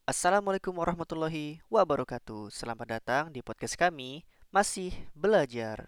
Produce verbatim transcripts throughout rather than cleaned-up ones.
Assalamualaikum warahmatullahi wabarakatuh. Selamat datang di podcast kami, Masih Belajar.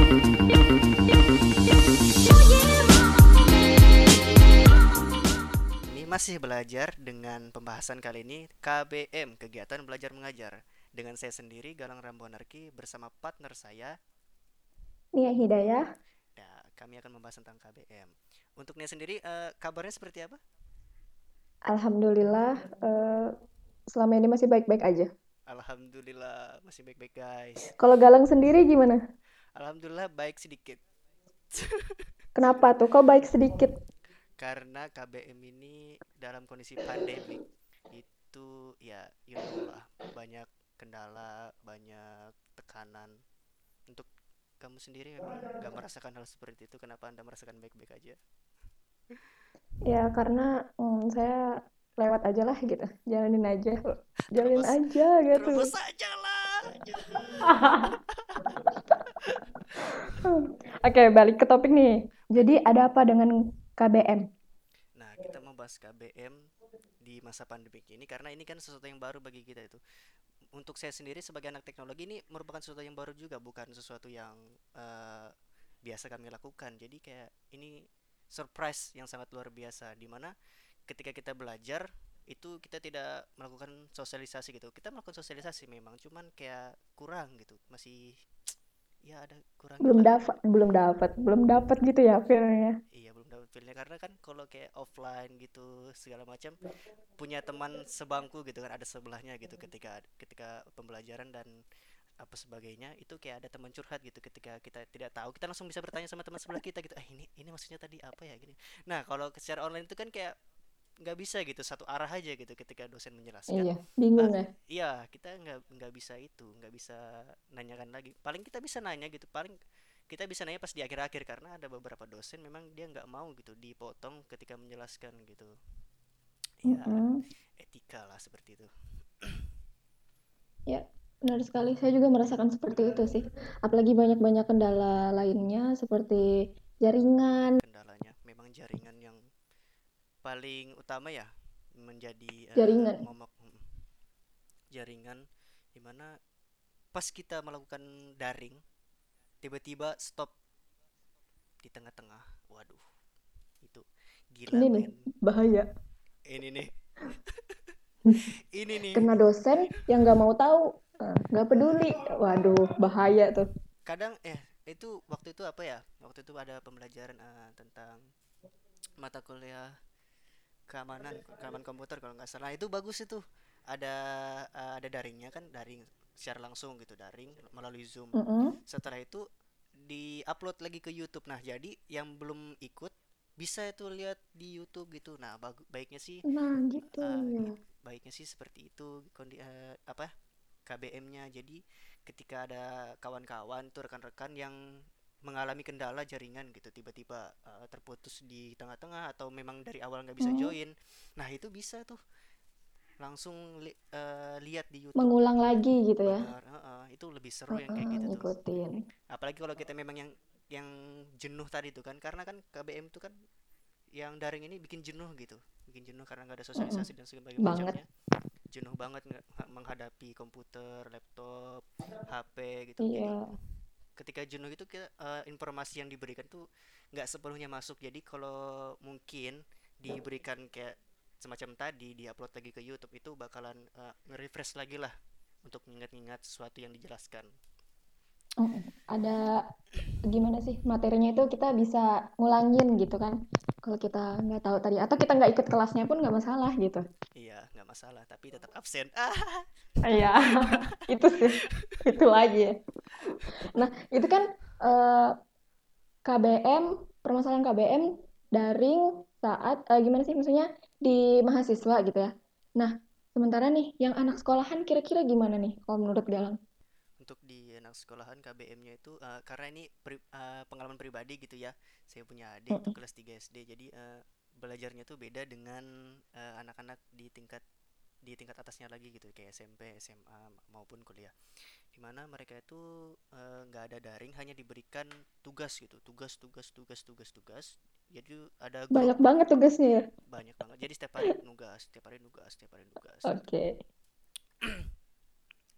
Ini masih belajar dengan pembahasan kali ini K B M, Kegiatan Belajar Mengajar. Dengan saya sendiri, Galang Rambuanarki, bersama partner saya, Nia Hidayah, dan kami akan membahas tentang K B M. Untuk Nia sendiri, eh, kabarnya seperti apa? Alhamdulillah eh, selama ini masih baik-baik aja. Alhamdulillah, masih baik-baik guys. Kalau Galang sendiri gimana? Alhamdulillah baik sedikit. Kenapa tuh? Kau baik sedikit. Karena K B M ini dalam kondisi pandemik itu ya you know lah, banyak kendala, banyak tekanan. Untuk kamu sendiri memang gak merasakan hal seperti itu, kenapa Anda merasakan baik-baik aja? Ya karena hmm, saya lewat aja lah gitu. Jalanin aja. Jalanin Terobos, aja gitu. terobos aja lah. Oke, balik ke topik nih. Baik. Jadi ada apa dengan K B M? Nah, kita mau bahas K B M di masa pandemik ini karena ini kan sesuatu yang baru bagi kita itu. Untuk saya sendiri sebagai anak teknologi ini merupakan sesuatu yang baru juga, bukan sesuatu yang eh, biasa kami lakukan. Jadi kayak ini surprise yang sangat luar biasa di mana ketika kita belajar itu kita tidak melakukan sosialisasi gitu. Kita melakukan sosialisasi memang, cuman kayak kurang gitu. Masih ya ada kurangnya Belum lah. dapat, belum dapat, belum dapat gitu ya filmnya. Iya, belum dapat feelnya karena kan kalau kayak offline gitu segala macam punya teman sebangku gitu kan, ada sebelahnya gitu ketika ketika pembelajaran dan apa sebagainya, itu kayak ada teman curhat gitu. Ketika kita tidak tahu, kita langsung bisa bertanya sama teman sebelah kita gitu, eh ini ini maksudnya tadi apa ya gini. Nah, kalau secara online itu kan kayak nggak bisa gitu, satu arah aja gitu ketika dosen menjelaskan. Iya, ah bingung ya. iya, kita nggak nggak bisa itu, nggak bisa nanyakan lagi. Paling kita bisa nanya gitu, paling kita bisa nanya pas di akhir-akhir karena ada beberapa dosen memang dia nggak mau gitu dipotong ketika menjelaskan gitu. Ya, Mm-mm. etika lah seperti itu. Ya, benar sekali. Saya juga merasakan seperti itu sih. Apalagi banyak-banyak kendala lainnya seperti jaringan. Kendalanya memang jaringan yang paling utama ya, menjadi eh, Jaringan. momok. mm, jaringan dimana pas kita melakukan daring tiba-tiba stop di tengah-tengah. Waduh, itu gila Ini nih, men. bahaya. Ini nih, ini nih. Kena dosen yang nggak mau tahu, eh, nggak peduli. Waduh, bahaya tuh. Kadang eh itu waktu itu apa ya? Waktu itu ada pembelajaran eh, tentang mata kuliah keamanan keamanan komputer kalau nggak salah. Nah, itu bagus itu. Ada eh, ada daringnya kan, daring secara langsung gitu, daring melalui Zoom. Mm-mm. Setelah itu di-upload lagi ke YouTube. Nah, jadi yang belum ikut bisa itu lihat di YouTube gitu. Nah, bagu- baiknya sih Nah, gitu eh, ya. baiknya sih seperti itu kondi eh, apa K B M-nya. Jadi ketika ada kawan-kawan tuh, rekan-rekan yang mengalami kendala jaringan gitu, tiba-tiba eh, terputus di tengah-tengah atau memang dari awal nggak bisa Mm. join, nah itu bisa tuh langsung li- eh, lihat di YouTube. Mengulang lagi gitu ya. Bener, heeh, itu lebih seru yang kayak Mm-mm, gitu tuh. ngikutin. Apalagi kalau kita memang yang yang jenuh tadi tuh kan, karena kan K B M tuh kan yang daring ini bikin jenuh gitu, bikin jenuh karena nggak ada Mm-mm. sosialisasi dan segala Banget. macamnya. Jenuh banget nggak menghadapi komputer, laptop, H P gitu. Jadi Iya. ketika jenuh itu kita, eh, informasi yang diberikan tuh nggak sepenuhnya masuk. Jadi kalau mungkin diberikan kayak semacam tadi diupload lagi ke YouTube, itu bakalan eh, nge-refresh lagi lah untuk mengingat-ingat sesuatu yang dijelaskan. Mm-mm. Ada gimana sih materinya itu kita bisa ngulangin gitu kan kalau kita nggak tahu tadi atau kita nggak ikut kelasnya pun nggak masalah gitu. Iya, nggak masalah, tapi tetap absen. Ah, Iya, itu sih, itu lagi ya. Nah, itu kan eh, K B M, permasalahan K B M daring saat eh, gimana sih maksudnya di mahasiswa gitu ya. Nah, sementara nih yang anak sekolahan kira-kira gimana nih kalau menurut Galang? untuk di anak sekolahan K B M-nya itu eh, karena ini pri- eh, pengalaman pribadi gitu ya. Saya punya adik itu Mm-mm. kelas tiga S D. Jadi eh, belajarnya tuh beda dengan eh, anak-anak di tingkat di tingkat atasnya lagi gitu, kayak S M P, S M A maupun kuliah. Dimana mereka itu eh, nggak ada daring, hanya diberikan tugas gitu, tugas tugas tugas tugas tugas. Jadi ada grup Banyak banget tugasnya ya. banyak banget. Jadi setiap hari nugas, setiap hari nugas, setiap hari nugas gitu. Oke.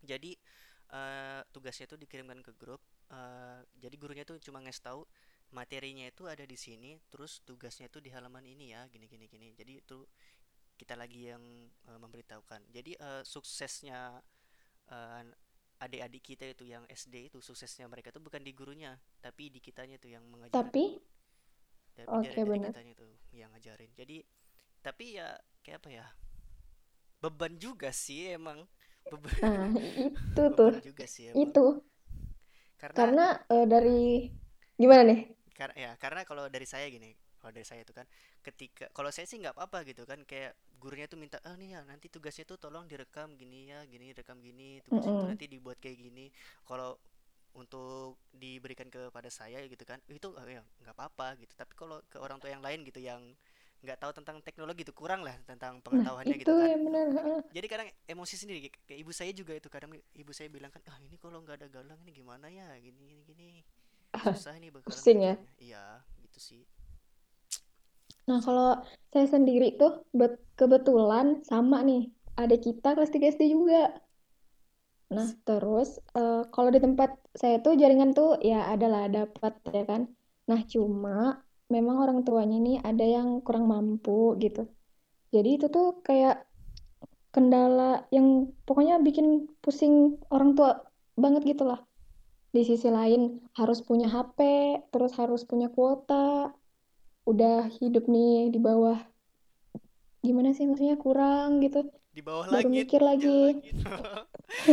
Jadi eh, tugasnya tuh dikirimkan ke grup. eh, jadi gurunya tuh cuma ngasih tahu materinya itu ada di sini, terus tugasnya tuh di halaman ini ya, gini gini gini. Jadi itu kita lagi yang eh, memberitahukan. Jadi eh, suksesnya eh, adik-adik kita itu yang S D itu, suksesnya mereka tuh bukan di gurunya, tapi di kitanya tuh yang mengajarkan. Tapi, Tapi dari oke dari bener. kitanya tuh yang ngajarin. Jadi tapi ya kayak apa ya? Beban juga sih emang. Beban Nah, itu tuh, beban juga sih emang. itu. Karena Karena eh, dari, gimana nih? karena ya karena kalau dari saya gini, kalau dari saya itu kan, ketika kalau saya sih nggak apa-apa gitu kan, kayak gurunya tuh minta, ah nih ya nanti tugasnya tuh tolong direkam gini ya, gini rekam gini, tugasnya tuh Mm-mm. nanti dibuat kayak gini. Kalau untuk diberikan kepada saya gitu kan, itu oh ya nggak apa-apa gitu. Tapi kalau ke orang tua yang lain gitu, yang nggak tahu tentang teknologi, itu kurang lah tentang Nah, pengetahuannya itu gitu kan. yang benar. Heeh. Jadi kadang emosi sendiri, kayak ibu saya juga itu, kadang ibu saya bilang kan, ah ini kalau nggak ada galang ini gimana ya, gini gini gini, susah ini bakalan Pusing ya. belajarnya. Iya gitu sih. Nah, Sih. kalau saya sendiri tuh bet- kebetulan sama nih. Ada kita kelas tiga S D juga. Nah, S- terus eh, kalau di tempat saya tuh jaringan tuh ya adalah dapat ya kan. Nah, cuma memang orang tuanya ini ada yang kurang mampu gitu. Jadi itu tuh kayak kendala yang pokoknya bikin pusing orang tua banget gitu lah. Di sisi lain harus punya H P, terus harus punya kuota, udah hidup nih di bawah gimana sih maksudnya kurang gitu. di bawah Baru langit. mikir lagi. Jangan.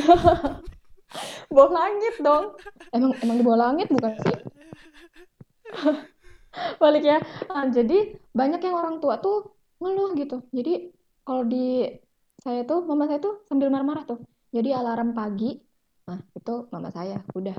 Bawah langit dong. Emang emang di bawah langit bukan sih? Balik ya. Ah, jadi banyak yang orang tua tuh ngeluh gitu. Jadi kalau di saya tuh, mama saya tuh sambil marah-marah tuh. Jadi alarm pagi, nah itu mama saya udah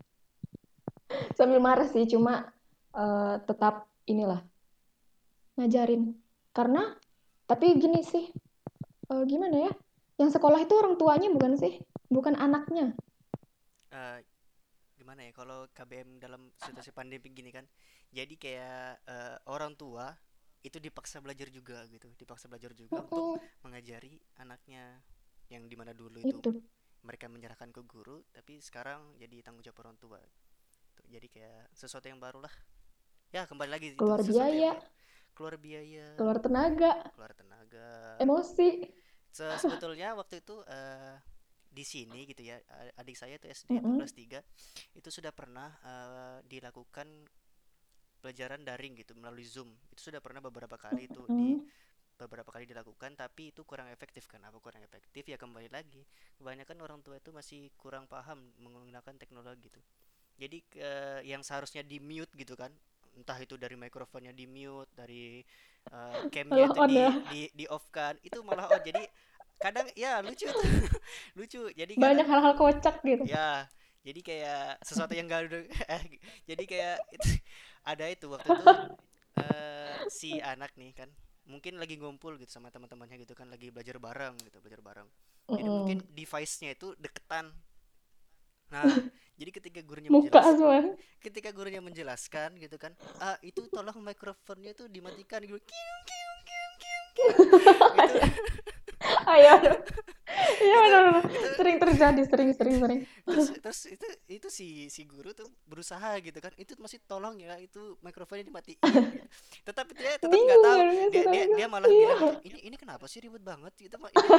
sambil marah sih, cuma eh, tetap inilah ngajarin. Karena tapi gini sih, eh, gimana ya? Yang sekolah itu orang tuanya bukan sih? Bukan anaknya. Eh, gimana ya kalau K B M dalam situasi pandemi gini kan, jadi kayak eh, orang tua itu dipaksa belajar juga gitu, dipaksa belajar juga untuk Mm-mm, mengajari anaknya, yang dimana dulu itu itu mereka menyerahkan ke guru, tapi sekarang jadi tanggung jawab orang tua. Tuh, jadi kayak sesuatu yang baru lah. Ya kembali lagi itu keluar sesuatu yang biaya, baru, keluar biaya, keluar tenaga, keluar tenaga. emosi. Se- sebetulnya waktu itu eh, di sini gitu ya, a- adik saya tuh S D itu Mm-mm, kelas tiga itu sudah pernah eh, dilakukan pelajaran daring gitu melalui Zoom. Itu sudah pernah beberapa kali itu di mm, beberapa kali dilakukan, tapi itu kurang efektif. Kenapa kurang efektif? Ya kembali lagi, kebanyakan orang tua itu masih kurang paham menggunakan teknologi gitu. Jadi ke, yang seharusnya di mute gitu kan, entah itu dari mikrofonnya di mute, dari uh, camnya malah itu on ya. di di di off kan, itu malah on. Jadi kadang ya lucu itu, lucu. Jadi kadang Banyak hal-hal kocak gitu. ya, jadi kayak sesuatu yang gak udah eh, jadi kayak itu ada itu waktu itu eh, si anak nih kan mungkin lagi ngumpul gitu sama teman-temannya gitu kan, lagi belajar bareng gitu, belajar bareng. Jadi mungkin Mm-mm. device-nya itu deketan. Nah, jadi ketika gurunya Muka menjelas, semua. ketika gurunya menjelaskan gitu kan, ah itu tolong mikrofonnya tuh dimatikan gitu. Kiung, kiung, kiung, kiung, kiung. Itu Ayo, ayo. Iya itu benar. itu Sering terjadi, sering, sering, sering. terus terus itu itu si si guru tuh berusaha gitu kan, itu masih tolong ya itu mikrofonnya dimatiin gitu. Tetapi dia tetap nggak Bingung tahu, gurunya dia suka dia suka. dia malah Iya. bilang gitu, ini ini kenapa sih ribet banget gitu, ini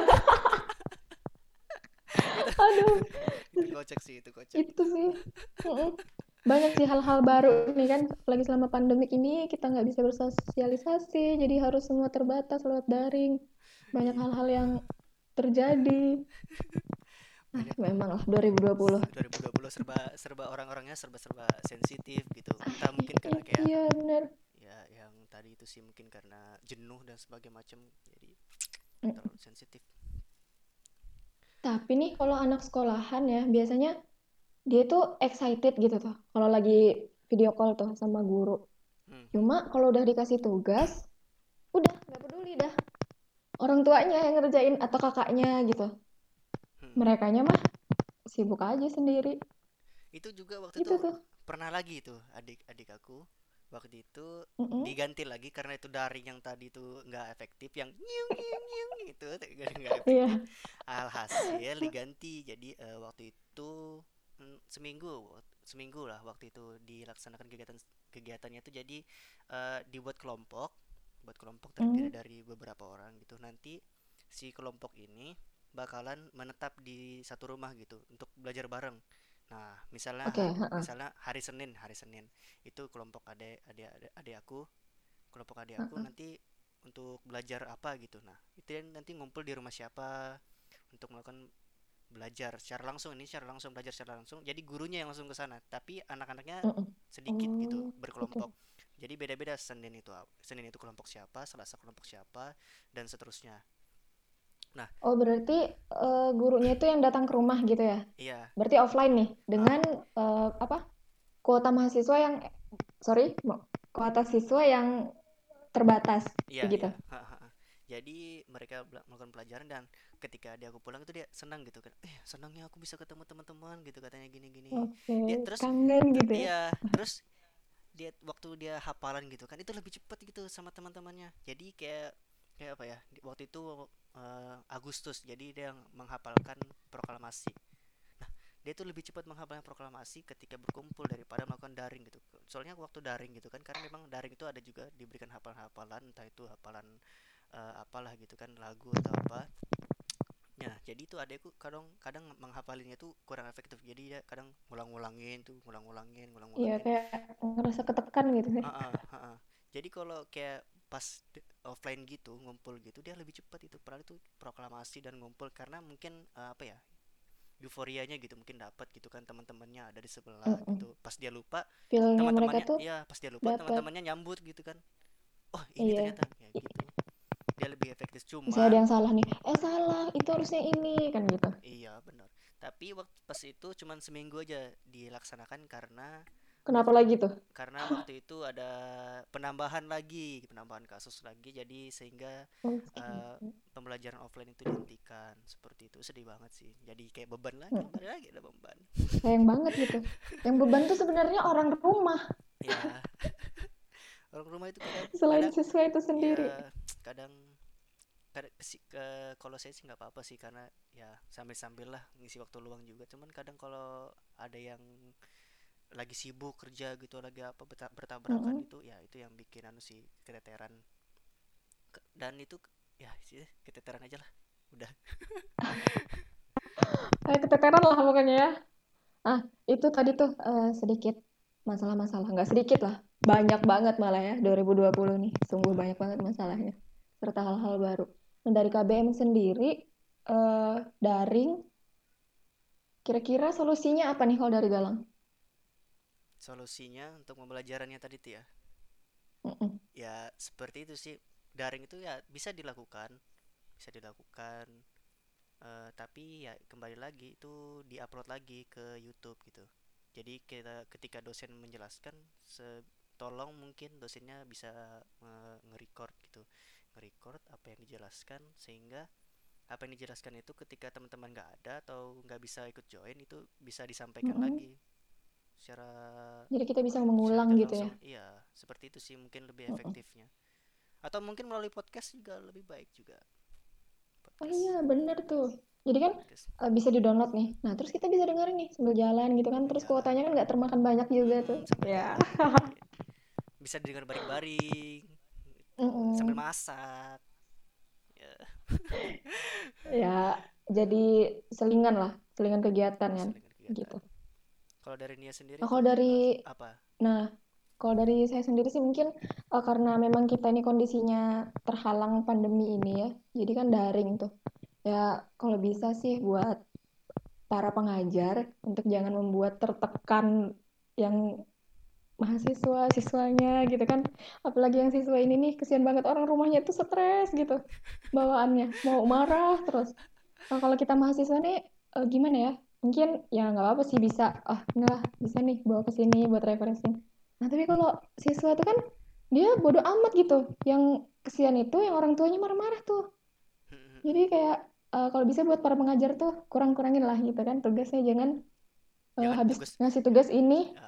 itu Aduh, itu kocak sih, itu kocak. itu sih. Mm-mm. Banyak sih hal-hal baru nih kan. Lagi selama pandemik ini kita nggak bisa bersosialisasi, jadi harus semua terbatas lewat daring. Banyak Iya, hal-hal yang terjadi. Nah, banyak. memang lah dua ribu dua puluh. dua ribu dua puluh serba serba orang-orangnya serba serba sensitif gitu, entah mungkin karena I- kayak iya benar. ya yang tadi itu sih, mungkin karena jenuh dan sebagainya macam, jadi Mm. terlalu sensitif. Tapi nih kalau anak sekolahan ya biasanya dia tuh excited gitu tuh kalau lagi video call tuh sama guru. Hmm, hmm, Cuma kalau udah dikasih tugas, udah nggak peduli dah orang tuanya yang ngerjain atau kakaknya gitu. hmm. Merekanya mah sibuk aja sendiri. Itu juga waktu itu Itu tuh. pernah lagi itu adik adik aku. Waktu itu Mm-mm. diganti lagi karena itu daring yang tadi itu nggak efektif, yang nyiung nyiung nyiung itu nggak efektif. Iya. Alhasil diganti. Jadi eh, waktu itu mm, seminggu seminggu lah waktu itu dilaksanakan kegiatan kegiatannya itu. Jadi eh, dibuat kelompok, buat kelompok terdiri Mm. dari beberapa orang gitu. Nanti si kelompok ini bakalan menetap di satu rumah gitu untuk belajar bareng. Nah, misalnya Oke, ha- heeh, misalnya hari Senin, hari Senin itu kelompok adik adik adik, adik aku, kelompok adik aku heeh. nanti untuk belajar apa gitu. Nah, itu yang nanti ngumpul di rumah siapa untuk melakukan belajar secara langsung. Ini secara langsung, belajar secara langsung, jadi gurunya yang langsung ke sana tapi anak-anaknya Mm-mm. sedikit gitu, Oh, gitu. berkelompok. Jadi beda-beda. Senin itu Senin itu kelompok siapa, Selasa kelompok siapa, dan seterusnya. Nah, Oh, berarti eh, gurunya itu yang datang ke rumah gitu ya? iya. Berarti offline nih, Ah, dengan eh, apa? Kuota mahasiswa yang, sorry, mo- kuota siswa yang terbatas, iya, begitu. iya. Ha, ha, ha. Jadi mereka bela- melakukan pelajaran, dan ketika dia aku pulang itu dia senang gitu kan. Eh, senangnya aku bisa ketemu teman-teman gitu, katanya gini-gini. Oke, Dia terus kangen ter- gitu ya? iya, terus dia waktu dia hafalan gitu kan itu lebih cepet gitu sama teman-temannya. Jadi kayak kayak apa ya? di- Waktu itu eh, Agustus. Jadi dia yang menghafalkan proklamasi. Nah, dia tuh lebih cepat menghafalkan proklamasi ketika berkumpul daripada melakukan daring gitu. Soalnya waktu daring gitu kan, karena memang daring itu ada juga diberikan hafalan-hafalan, entah itu hafalan eh, apalah gitu kan, lagu atau apa. Ya, jadi itu adekku kadang kadang menghafalinnya tuh kurang efektif. Jadi dia kadang ngulang-ngulangin tuh, ngulang-ngulangin, Iya, ngulang-ngulangin. kayak ngerasa ketekan gitu sih. Heeh, heeh. Jadi kalau kayak pas de- offline gitu, ngumpul gitu, dia lebih cepat itu. Padahal itu proklamasi dan ngumpul karena mungkin eh, apa ya? Euforianya gitu mungkin dapat gitu kan, teman-temannya ada di sebelah Mm-mm. gitu. Pas dia lupa, Feel-nya mereka teman-temannya tuh ya pas dia lupa dapat. teman-temannya nyambut gitu kan. Oh, ini Iya, ternyata ya I- gitu. Dia lebih efektif, misalnya ada cuman yang salah nih, eh salah, itu harusnya ini, kan gitu. iya benar. Tapi waktu pas itu cuman seminggu aja dilaksanakan karena Kenapa waktu lagi tuh? karena waktu itu ada penambahan lagi, penambahan kasus lagi, jadi sehingga Oke. eh, pembelajaran offline itu dihentikan. Seperti itu, sedih banget sih. Jadi kayak beban lagi, Mm, balik lagi ada beban. sayang banget gitu. Yang beban tuh sebenarnya orang rumah, Ya, orang rumah itu kadang selain kadang siswa itu sendiri. ya kadang kadang sih ke kalau saya sih nggak apa-apa sih, karena ya sambil-sambil lah ngisi waktu luang juga. Cuman kadang kalau ada yang lagi sibuk kerja gitu, lagi apa berta- bertabrakan Mm-mm. itu, ya itu yang bikin anu sih, keteteran. Ke- dan itu ya sih keteteran aja lah udah. Kayak keteteran lah pokoknya ya. Ah, itu tadi tuh eh, sedikit masalah-masalah. Nggak sedikit lah, banyak banget malah ya, dua ribu dua puluh nih. Sungguh banyak banget masalahnya. Serta hal-hal baru. Nah, dari K B M sendiri, eh, daring, kira-kira solusinya apa nih kalau dari Galang? Solusinya untuk pembelajarannya tadi tuh ya, Mm-mm. ya seperti itu sih. Daring itu ya bisa dilakukan, bisa dilakukan. Eh, tapi ya kembali lagi itu diupload lagi ke YouTube gitu. Jadi kita ketika dosen menjelaskan, se tolong mungkin dosennya bisa eh, nge-record gitu, nge-record apa yang dijelaskan, sehingga apa yang dijelaskan itu ketika teman-teman nggak ada atau nggak bisa ikut join itu bisa disampaikan Mm-mm. lagi secara Jadi kita bisa secara mengulang tidak gitu ya. langsung. Iya, seperti itu sih mungkin lebih Mm-mm. efektifnya. Atau mungkin melalui podcast juga lebih baik juga, Oh iya, podcast. bener tuh. Jadi kan Podcast. eh, bisa di-download nih. Nah, terus kita bisa dengerin nih sambil jalan gitu kan. Sambil Terus jalan. kuotanya kan nggak termakan banyak juga tuh. Mm-mm, sambil Ya. jalan dengerin. Bisa didengar baring-baring gitu, sambil Mm-mm. masak ya. Ya, jadi selingan lah, selingan kegiatan kan, Selingan kegiatan. gitu. Kalau dari Nia sendiri Nah, tuh kalau dari, eh, apa? nah, kalau dari saya sendiri sih mungkin eh, karena memang kita ini kondisinya terhalang pandemi ini ya, jadi kan daring tuh. Ya, kalau bisa sih buat para pengajar untuk jangan membuat tertekan yang mahasiswa, siswanya gitu kan. Apalagi yang siswa ini nih, kesian banget orang rumahnya tuh stres gitu bawaannya, mau marah terus. Nah, kalau kita mahasiswa nih eh, gimana ya? Mungkin ya nggak apa-apa sih bisa, ah nggak bisa nih bawa ke sini buat refreshing. Nah, tapi kalau siswa itu kan dia bodoh amat gitu. Yang kesian itu yang orang tuanya marah-marah tuh. Jadi kayak eh, kalau bisa buat para pengajar tuh kurang-kurangin lah gitu kan tugasnya, jangan eh, Jangan habis tugas ngasih tugas ini ya.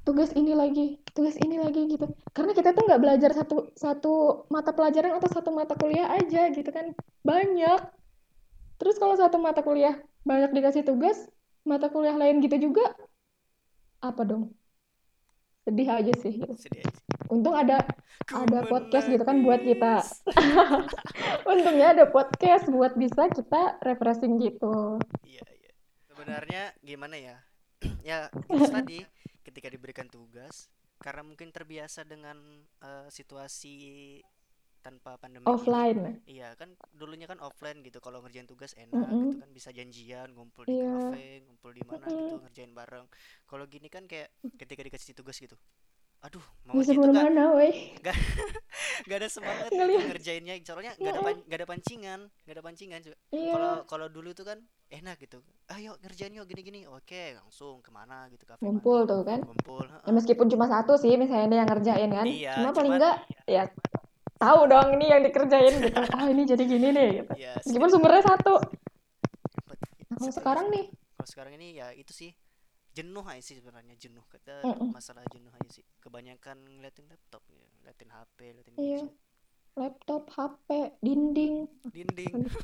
tugas ini lagi, tugas ini lagi gitu. Karena kita tuh nggak belajar satu satu mata pelajaran atau satu mata kuliah aja gitu kan. Banyak. Terus kalau satu mata kuliah banyak dikasih tugas, mata kuliah lain gitu juga, apa dong? Sedih aja sih gitu. Sedih aja. Untung ada Ku ada podcast gitu kan buat kita. menangis. Untungnya ada podcast buat bisa kita refreshing gitu. Iya, iya. Sebenarnya gimana ya? Ya, itu tadi ketika diberikan tugas karena mungkin terbiasa dengan eh, situasi tanpa pandemik ini. Offline. Iya, kan dulunya kan offline gitu. Kalau ngerjain tugas enak gitu Mm-mm. kan bisa janjian, ngumpul di Iya. kafe, ngumpul di mana gitu, Mm-mm. ngerjain bareng. Kalau gini kan kayak ketika dikasih tugas gitu. Aduh, mau Bisa ngerjain tuh gak, kemana-mana, weh. gak, gak ada semangat gitu Ngelihat. ngerjainnya. Soalnya gak ada pan, Mm-mm. gak ada pancingan, gak ada pancingan. Juga. Kalau Iya. kalau dulu tuh kan enak gitu. Ayo ngerjain yuk gini-gini. Oke, langsung kemana gitu, kafe Ngumpul mana, tuh kan. ngumpul. Ya Heeh. meskipun cuma satu sih misalnya dia yang ngerjain kan. Iya, Cuma paling cuman enggak ya tahu dong ini yang dikerjain gitu. Oh ini jadi gini nih gitu. ya Meskipun setidaknya sumbernya satu. Nah kalau setidaknya sekarang nih, seperti itu. Kalau sekarang ini ya itu sih jenuh aja sih sebenarnya jenuh kita mm-mm. masalah jenuh aja sih kebanyakan ngeliatin laptop ya ngeliatin H P ngeliatin Iya, gadget laptop, H P, dinding. dinding. Aduh,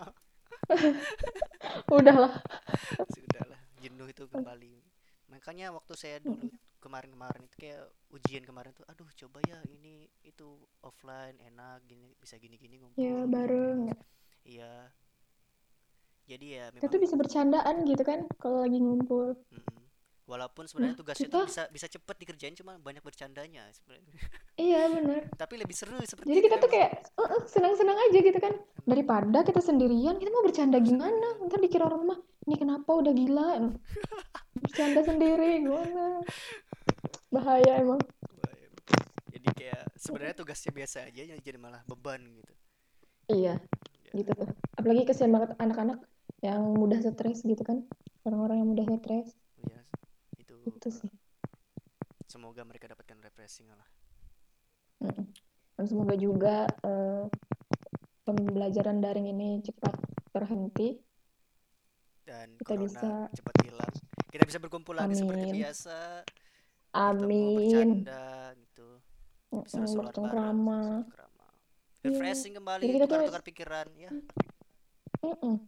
udahlah. Sudahlah jenuh itu kembali makanya waktu saya dulu Mm-mm. kemarin-kemarin itu kayak ujian kemarin tuh aduh coba ya ini itu offline enak gini bisa gini-gini Ya ngumpul bisa bareng. tugas iya jadi ya Kita memang tuh bisa bercandaan gitu kan kalau lagi ngumpul. mm-mm. Walaupun Nah sebenarnya tugasnya tuh kita, bisa bisa cepet dikerjain cuma banyak bercandanya sebenarnya. iya bener. Tapi lebih seru Jadi seperti itu kita tuh memang. kayak uh, uh, senang-senang aja gitu kan. Daripada kita sendirian, kita mau bercanda gimana? Bersendirian. Ntar dikira orang rumah, ini kenapa udah gila? Bercanda sendiri, gimana? Bahaya emang. Wah, ya. Jadi kayak sebenarnya tugasnya biasa aja jadi malah beban gitu. Iya, Ya, gitu tuh. Apalagi kesian banget anak-anak yang mudah stres gitu kan. Orang-orang yang mudah stres. ya itu Itu uh, sih. semoga mereka dapatkan refreshing lah. Mm-mm. Dan semoga juga eh, pembelajaran daring ini cepat terhenti. Dan Kita corona bisa, cepat hilang. Kita bisa berkumpul lagi seperti amin. biasa, bertemu, Amin. bercanda gitu. Mm-mm, Seru-seruan bareng, bercengkrama. bercengkrama. Iya. Refreshing Jadi kembali, kita tuh, tukar-tukar pikiran ya. mm-mm.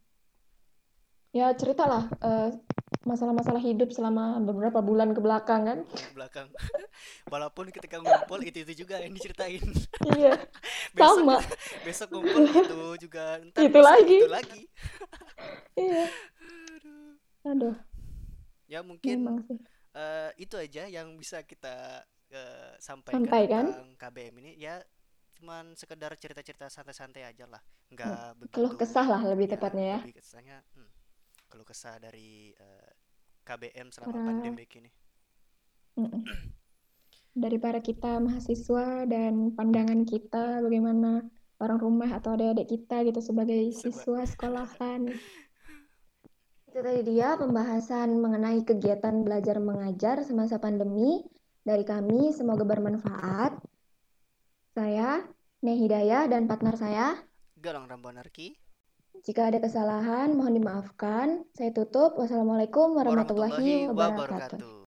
Ya cerita lah eh, masalah-masalah hidup selama beberapa bulan ke belakang kan. Bulan ke belakang. Walaupun ketika ngumpul itu itu juga yang diceritain. Iya, Besok sama. kita besok ngumpul itu juga, ntar Itu besok lagi. itu lagi. Iya. Aduh. Aduh, Ya mungkin memang sih. eh, itu aja yang bisa kita eh, sampaikan Sampaikan. tentang K B M ini. Ya cuman sekedar cerita-cerita santai-santai aja lah, Mm. nggak Keluh begitu. kesah lah lebih Ya tepatnya ya. lebih kesannya hmm, kalau kesah dari eh, K B M selama Para pandemi ini. mm-mm. Dari para kita mahasiswa dan pandangan kita bagaimana orang rumah atau adik-adik kita gitu sebagai Seba siswa sekolahan. Itu tadi dia pembahasan mengenai kegiatan belajar mengajar semasa pandemi dari kami. Semoga bermanfaat. Saya Nehidaya dan partner saya. Galang Rambanarki. Jika ada kesalahan, mohon dimaafkan. Saya tutup. Wassalamualaikum warahmatullahi Warahmatullahi wabarakatuh. wabarakatuh.